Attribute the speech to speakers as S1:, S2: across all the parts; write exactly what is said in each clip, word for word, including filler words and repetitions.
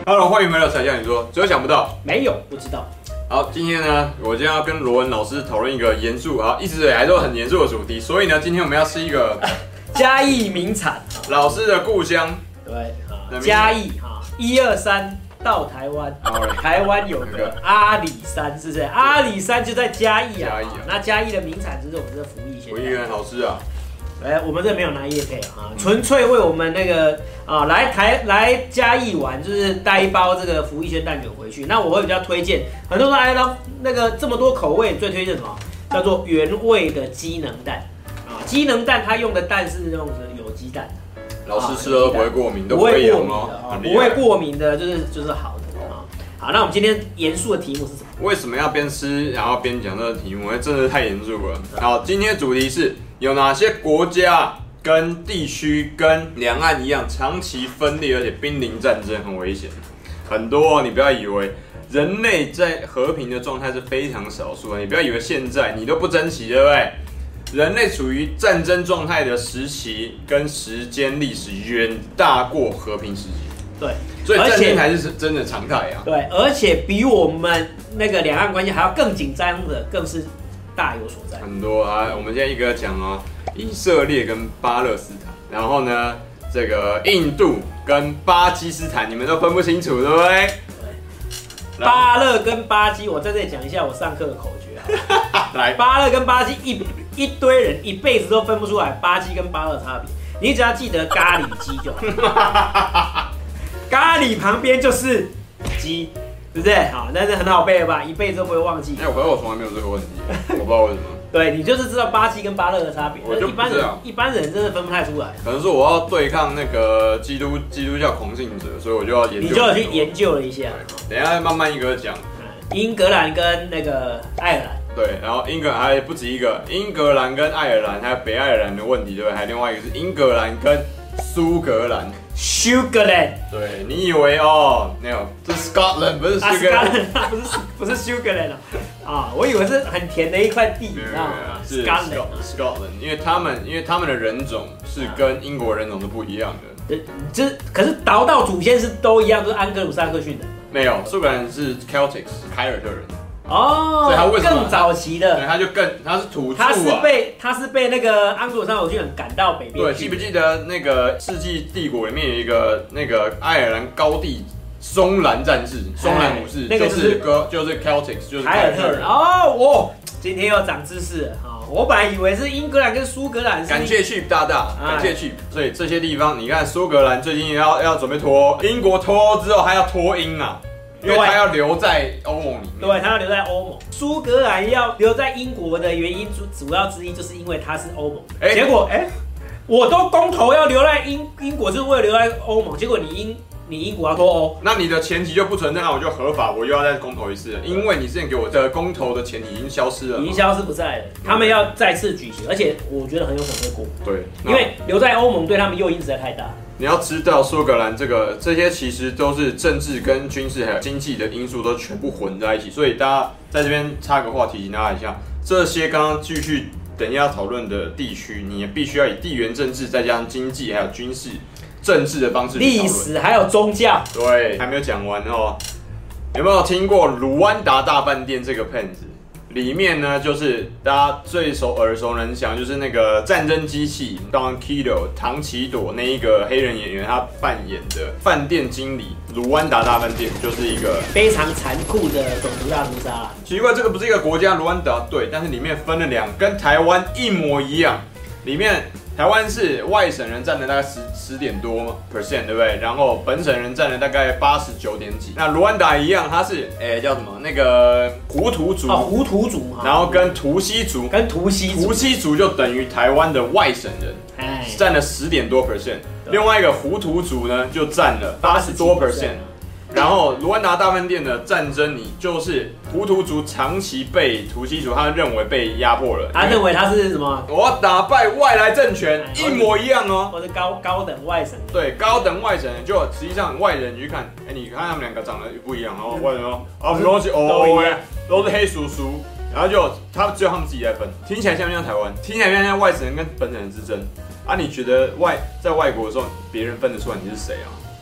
S1: Hello， 欢迎回到才向你说，只有想不到，
S2: 没有不知道。
S1: 好，今天呢，我今天要跟罗文老师讨论一个严肃啊，一直以来都很严肃的主题，所以呢，今天我们要吃一个
S2: 嘉义名产，
S1: 老师的故乡。
S2: 对啊，嘉义哈，一二三到台湾，台湾有个阿里山，是不是？阿里山就在嘉义啊。
S1: 嘉义啊，
S2: 那嘉义的名产就是我们的福义鲜。
S1: 福义很好吃啊。
S2: 哎，我们这没有拿业配啊，纯粹为我们那个啊来台来嘉义玩，就是带一包这个福义鲜蛋卷回去。那我会比较推荐，很多人来到那个这么多口味，最推荐什么？叫做原味的机能蛋啊，机能蛋它用的蛋是那种有机蛋。
S1: 老师吃了都不会过敏，都
S2: 不会
S1: 痒
S2: 哦，不会过敏的，就是就是好的啊。好，那我们今天严肃的题目是什么？
S1: 为什么要边吃然后边讲这个题目？因为真的太严肃了。好，今天的主题是有哪些国家跟地区跟两岸一样长期分裂，而且濒临战争，很危险。很多、哦、你不要以为人类在和平的状态是非常少数的，你不要以为现在你都不珍惜，对不对？人类处于战争状态的时期跟时间历史远大过和平时期。
S2: 对，
S1: 所以战争才是真的常态啊。
S2: 对，而且比我们那个两岸关系还要更紧张的，更是大有所在。
S1: 很多啊，我们现在一个讲哦，以色列跟巴勒斯坦，然后呢，这个印度跟巴基斯坦，你们都分不清楚，对不对？
S2: 对。巴勒跟巴基，我在这里讲一下我上课的口诀啊。
S1: 来，
S2: 巴勒跟巴基一一堆人一辈子都分不出来巴基跟巴勒差别，你只要记得咖喱鸡就好。咖喱旁边就是鸡，对不对？好，那是很好背的吧？一辈子都不会忘记。
S1: 哎、欸，我我从来没有这个问题，我不知道为什么。
S2: 对，你就是知道巴基跟巴勒的差别，
S1: 我就
S2: 一般人一般人真的分不太出来。
S1: 可能是我要对抗那个基督基督教狂信者，所以我就要研究。
S2: 你就有去研究了一下。
S1: 等一下慢慢一个讲。
S2: 英格兰跟那个爱尔兰。
S1: 对，然后英格兰还不止一个，英格兰跟爱尔兰还有北爱尔兰的问题，对不对？还有另外一个是英格兰跟苏格兰。
S2: Sugarland，
S1: 对，你以为哦，没有，这是 Scotland 不是 Sugarland，、
S2: 啊、不是不是 Sugarland 啊，我以为是很甜的一块地，你知道吗？
S1: 是 Scotland， 因为他们因为他们的人种是跟英国人种是不一样的。
S2: 这可是倒到祖先是都一样，都是安格鲁萨克逊人。
S1: 没有，苏格兰是 Celtics， 凯尔特人。
S2: 哦，
S1: 所以他为什么
S2: 更早期的？
S1: 对，他就更他是土著、啊，
S2: 他是被他是被那个安格鲁萨克逊人赶到北边。
S1: 对，记不记得那个《世纪帝国》里面有一个那个爱尔兰高地松兰战士、松兰武士，那个就是哥就是 Celtics， 就是
S2: 凯尔特人。哦，我今天又长知识了啊！我本来以为是英格兰跟苏格兰。
S1: 感谢 Chip 大大，感谢 Chip。所以这些地方，你看苏格兰最近要要准备脱英国脱欧之后，还要脱英啊。因为他要留在欧盟里面，
S2: 对，他要留在欧盟。苏格兰要留在英国的原因主主要之一，就是因为他是欧盟。欸、结果，哎、欸，我都公投要留在英英国，就是为了留在欧盟。结果你英你英国要脱欧，
S1: 那你的前提就不存在，那我就合法，我又要再公投一次了。因为你之前给我的公投的前提已经消失了，
S2: 已经消失不在了。他们要再次举行，而且我觉得很有可能会过。
S1: 对，
S2: 因为留在欧盟对他们诱因实在太大。
S1: 你要知道，苏格兰这个这些其实都是政治跟军事还有经济的因素都全部混在一起，所以大家在这边插个话题，提醒大家一下，这些刚刚继续等一下讨论的地区，你也必须要以地缘政治再加上经济还有军事政治的方式去讨论，
S2: 历史还有宗教。
S1: 对，还没有讲完哦。有没有听过卢湾达大饭店这个片子？里面呢，就是大家最熟耳熟能详，就是那个战争机器 Don Cheadle 唐奇朵那一个黑人演员，他扮演的饭店经理。卢湾达大饭店就是一个
S2: 非常残酷的种族大屠杀。
S1: 奇怪，这个不是一个国家，卢湾达对，但是里面分了两，跟台湾一模一样。里面台湾是外省人占了大概十十点多 percent， 对不对？然后本省人占了大概八十九点几。那卢湾达一样，它是诶、欸、叫什么？那个胡图族，
S2: 哦，胡图族，
S1: 然后跟图西族，
S2: 跟图西族，
S1: 图西族就等于台湾的外省人，哎，占了十点多 percent。另外一个胡图族呢，就占了八十多 percent。然后卢湾达大饭店的战争，你就是胡图族长期被图西族，他认为被压迫了，
S2: 他认为他是什么？
S1: 我要打败外来政权，一模一样哦。
S2: 或者高高等外省人。对，
S1: 高等外省人，就实际上外人你去看，哎，你看他们两个长得不一样，然后外人说啊，我们都是哦，都是黑叔叔，然后就他只有他们自己在分，听起来像不像台湾？听起来像像外省人跟本省人之争啊？你觉得外在外国的时候，别人分得出来你是谁啊？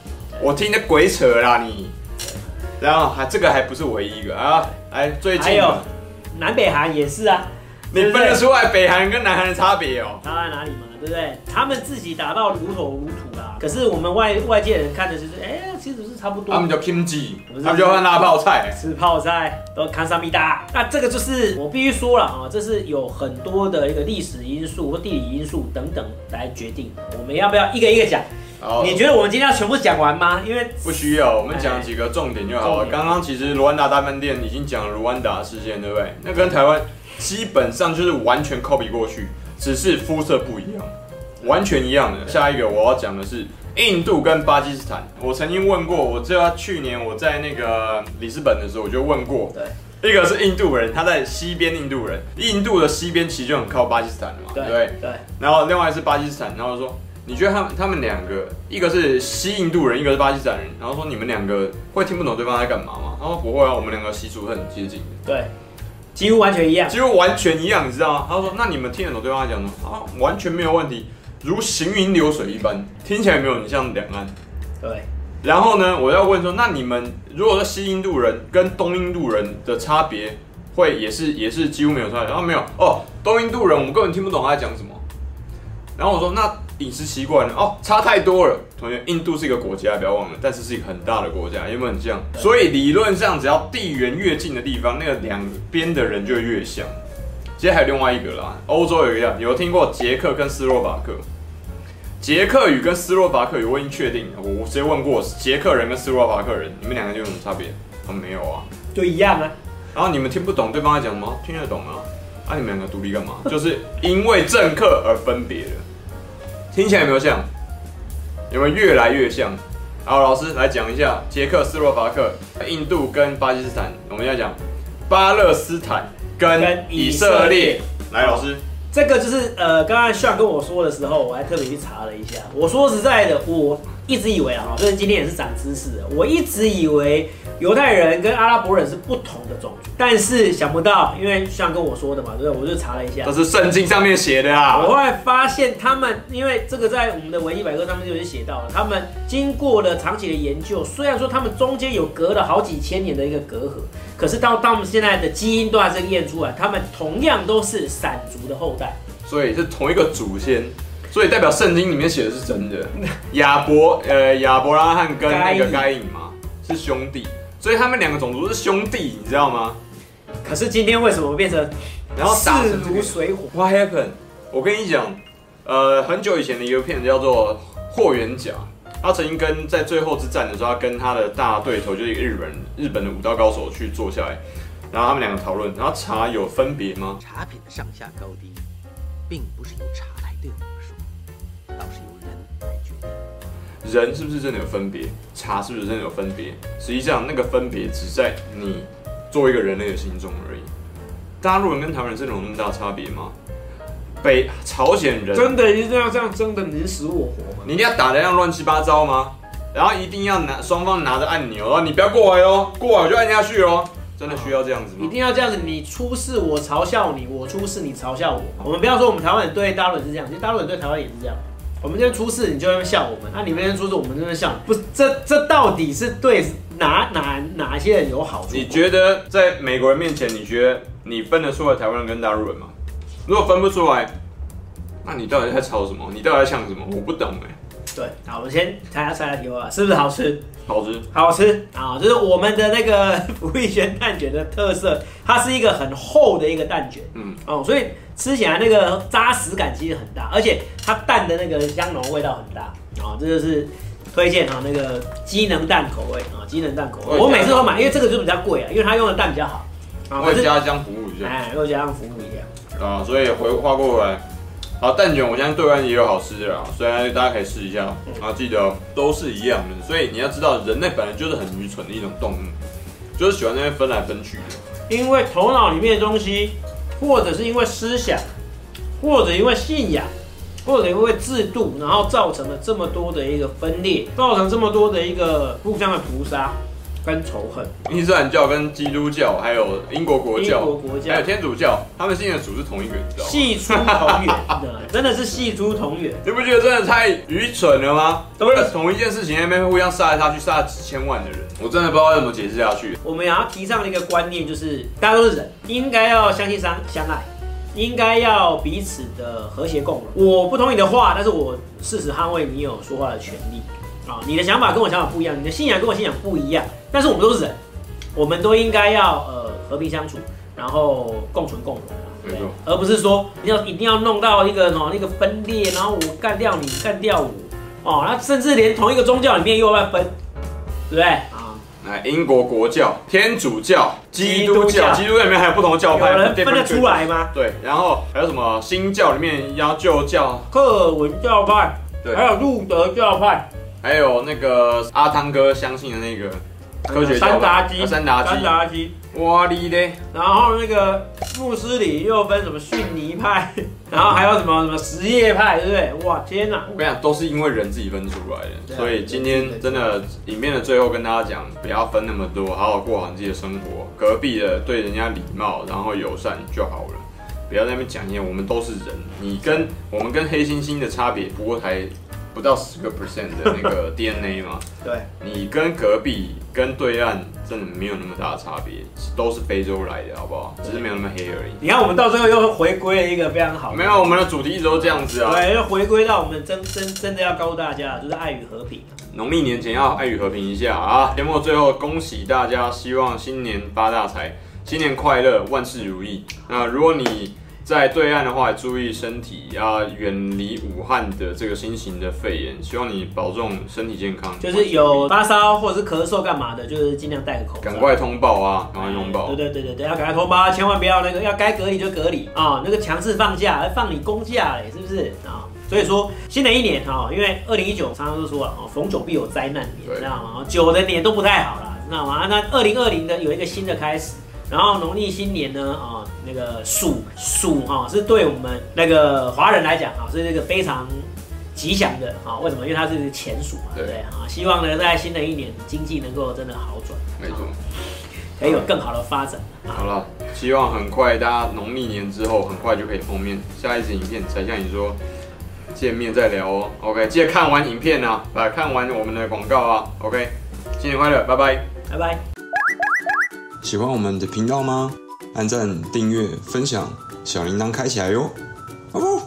S1: 我听的鬼扯啦你。然后还这个还不是唯一一个啊，来最近
S2: 还有南北韩也是啊，
S1: 你分得出来北韩人跟南韩的差别哦？
S2: 差在哪里嘛？对不对？他们自己打到如火如荼啦，可是我们外外界人看的就是，哎、欸，其实是差不多。
S1: 他们叫 kimchi， 他们就换辣泡菜，
S2: 吃泡菜都康萨米达。那这个就是我必须说了啊，这是有很多的一个历史因素或地理因素等等来决定。我们要不要一个一个讲？你觉得我们今天要全部讲完吗？因为
S1: 不需要，我们讲几个重点就好了。刚刚其实卢安达大饭店已经讲了卢安达事件，对不对？那跟台湾基本上就是完全 copy 过去，只是肤色不一样，完全一样的。下一个我要讲的是印度跟巴基斯坦。我曾经问过，我知道去年我在那个里斯本的时候，我就问过，对，一个是印度人，他在西边印度人，印度的西边其实就很靠巴基斯坦的嘛，对不对？对。然后另外是巴基斯坦，然后说。你觉得他们他们两个，一个是西印度人，一个是巴基斯坦人，然后说你们两个会听不懂对方在干嘛吗？他说不会啊，我们两个习俗很接近的，
S2: 对，几乎完全一样，
S1: 几乎完全一样，你知道吗？他说那你们听得懂对方在讲什么？啊，完全没有问题，如行云流水一般，听起来没有很像两岸。
S2: 对。
S1: 然后呢，我要问说，那你们如果是西印度人跟东印度人的差别，会也是也是几乎没有差别？然后没有哦，东印度人我们根本听不懂他在讲什么。然后我说那。饮食习惯呢？哦，差太多了。同学，印度是一个国家，不要忘了，但是是一个很大的国家，有没有很像？所以理论上，只要地缘越近的地方，那个两边的人就会越像。其实还有另外一个啦，欧洲有一个，有听过捷克跟斯洛伐克？捷克语跟斯洛伐克语，我已经确定，我直接问过捷克人跟斯洛伐克人，你们两个有什么差别？他们没有啊，
S2: 就一样啊。
S1: 然后你们听不懂对方在讲什么？听得懂啊？啊，你们两个独立干嘛？就是因为政客而分别的。听起来有没有像？有没有越来越像？好，老师来讲一下捷克斯洛伐克、印度跟巴基斯坦。我们要讲巴勒斯坦跟以色列。来，老师，
S2: 这个就是呃，刚刚Sean跟我说的时候，我还特别去查了一下。我说实在的，我一直以为啊，所以今天也是长知识的。我一直以为犹太人跟阿拉伯人是不同的种族，但是想不到，因为Sean跟我说的嘛，对不对？我就查了一下，
S1: 这是圣经上面写的啊。
S2: 我后来发现他们，因为这个在我们的维基百科上面就有写到了，他们经过了长期的研究，虽然说他们中间有隔了好几千年的一个隔阂，可是到到我们现在的基因都还是验出来，他们同样都是闪族的后代，
S1: 所以是同一个祖先。所以代表圣经里面写的是真的，亚伯呃亚伯拉罕跟那个该隐嘛是兄弟，所以他们两个种族是兄弟，你知道吗？
S2: 可是今天为什么变成
S1: 然后打
S2: 势如水火
S1: ？What happened？ 我跟你讲，呃，很久以前的一个片子叫做《霍元甲》，他曾经跟在最后之战的时候，他跟他的大对头就是一个日本人，日本的武道高手去坐下来，然后他们两个讨论，然后茶有分别吗？
S3: 茶品的上下高低，并不是由茶来对我们说，倒是由人来决定。
S1: 人是不是真的有分别？茶是不是真的有分别？实际上，那个分别只在你作为一个人类的心中而已。大陆人跟台湾人真的有那么大差别吗？北朝鲜人
S2: 真的一定要这样争的你死我活吗？
S1: 你一定要打得像乱七八糟吗？然后一定要拿双方拿着按钮，然后你不要过来哦，过来我就按下去哦。真的需要这样子吗？
S2: 一定要这样子，你出事我嘲笑你，我出事你嘲笑我。我们不要说我们台湾人对大陆人是这样，其实大陆人对台湾也是这样。我们这边出事，你就会笑我们；那、啊、你们这边出事，我们就会笑你。不是，这这到底是对哪哪哪些人有好处？
S1: 你觉得在美国人面前，你觉得你分得出来台湾人跟大陆人吗？如果分不出来，那你到底在吵什么？你到底在呛什么？我不懂哎、欸。
S2: 对，好，我们先猜下猜下题目啊，是不是好吃？
S1: 好吃，
S2: 好吃啊！就是我们的那个福利轩蛋卷的特色，它是一个很厚的一个蛋卷，嗯哦，所以吃起来那个扎实感其实很大，而且它蛋的那个香浓味道很大啊、哦，这就是推荐啊那个机能蛋口味啊，机能蛋口味，我每次都买，因为这个就比较贵啊，因为它用的蛋比较好
S1: 啊，会加姜服务一下，
S2: 哎，又加上服务一下
S1: 啊，所以回话过来。好，蛋卷我相信对岸也有好吃的啦，所以大家可以试一下。啊，记得都是一样的，所以你要知道，人类本来就是很愚蠢的一种动物，就是喜欢那边分来分去的。
S2: 因为头脑里面的东西，或者是因为思想，或者因为信仰，或者因为制度，然后造成了这么多的一个分裂，造成这么多的一个互相的屠杀。 跟仇恨。
S1: 伊斯兰教跟基督教，还有英国国教，
S2: 英国国教
S1: 还有天主教，他们信的主是同一个，你知道吗？
S2: 系出同源，真的是系出同源。
S1: 你不觉得真的太愚蠢了吗？
S2: 都是
S1: 同一件事情那边互相杀来杀去，杀几千万的人，我真的不知道怎么解释下去。
S2: 我们也要提倡的一个观念就是，大家都是人，应该要相亲相相爱，应该要彼此的和谐共荣。我不同意你的话，但是我誓死捍卫你有说话的权利。啊，你的想法跟我想法不一样，你的信仰跟我信仰不一样，但是我们都是人，我们都应该要呃和平相处，然后共存共荣。
S1: 没错，
S2: 而不是说一定要一定要弄到一个哦那个分裂，然后我干掉你，干掉我，哦，那甚至连同一个宗教里面又要分，对不对啊？
S1: 来，英国国教、天主教、基督
S2: 基督教
S1: 教，基督教里面还有不同的教派，
S2: 有人分得出来吗？
S1: 对，然后还有什么新教里面，然后旧教、
S2: 克尔文教派，
S1: 对，
S2: 还有路德教派，
S1: 还有那个阿汤哥相信的那个科学教
S2: 三达基，
S1: 三达基，
S2: 三达基。
S1: 哇哩嘞！
S2: 然后那个穆斯林又分什么逊尼派，然后还有什么什么什叶派，对不对？哇，天哪！
S1: 我跟你讲，都是因为人自己分出来的，所以今天真的影片的最后跟大家讲，不要分那么多，好好过好你自己的生活，隔壁的对人家礼貌，然后友善就好了，不要在那边讲一些我们都是人，你跟我们跟黑猩猩的差别不过才不到十个 percent 的那个 D N A 嘛，
S2: 对，
S1: 你跟隔壁跟对岸真的没有那么大的差别，都是非洲来的，好不好？只是没有那么黑而已。
S2: 你看，我们到最后又回归了一个非常好的，
S1: 没有，我们的主题一直都这样子啊。
S2: 对，又回归到我们真真真的要告诉大家，就是爱与和平。
S1: 农历年前要爱与和平一下啊！节目最后恭喜大家，希望新年发大财，新年快乐，万事如意。那如果你在对岸的话，注意身体，要远离武汉的这个新型的肺炎，希望你保重身体健康。
S2: 就是有发烧或者是咳嗽干嘛的，就是尽量戴个口罩。
S1: 赶快通报啊！赶快通报。
S2: 对对对对对，要赶快通报，千万不要那个要该隔离就隔离啊，那个强制放假，放你公假嘞，是不是啊？所以说，新的一年哈，因为二零一九常常都说了，逢九必有灾难年，知道吗？九的年都不太好了，知道吗？那二零二零的有一个新的开始。然后农历新年呢，啊，那个鼠鼠哈是对我们那个华人来讲啊，是这个非常吉祥的啊。为什么？因为它是钱鼠嘛，对不对啊？希望呢，在新的一年经济能够真的好转，
S1: 没错，
S2: 可以有更好的发展。
S1: 好了，希望很快大家农历年之后很快就可以碰面，下一支影片才像你说见面再聊哦。OK， 记得看完影片啊，来看完我们的广告啊。OK， 新年快乐，拜拜，
S2: 拜拜。
S4: 喜欢我们的频道吗？按赞、订阅、分享，小铃铛开起来哟！哦。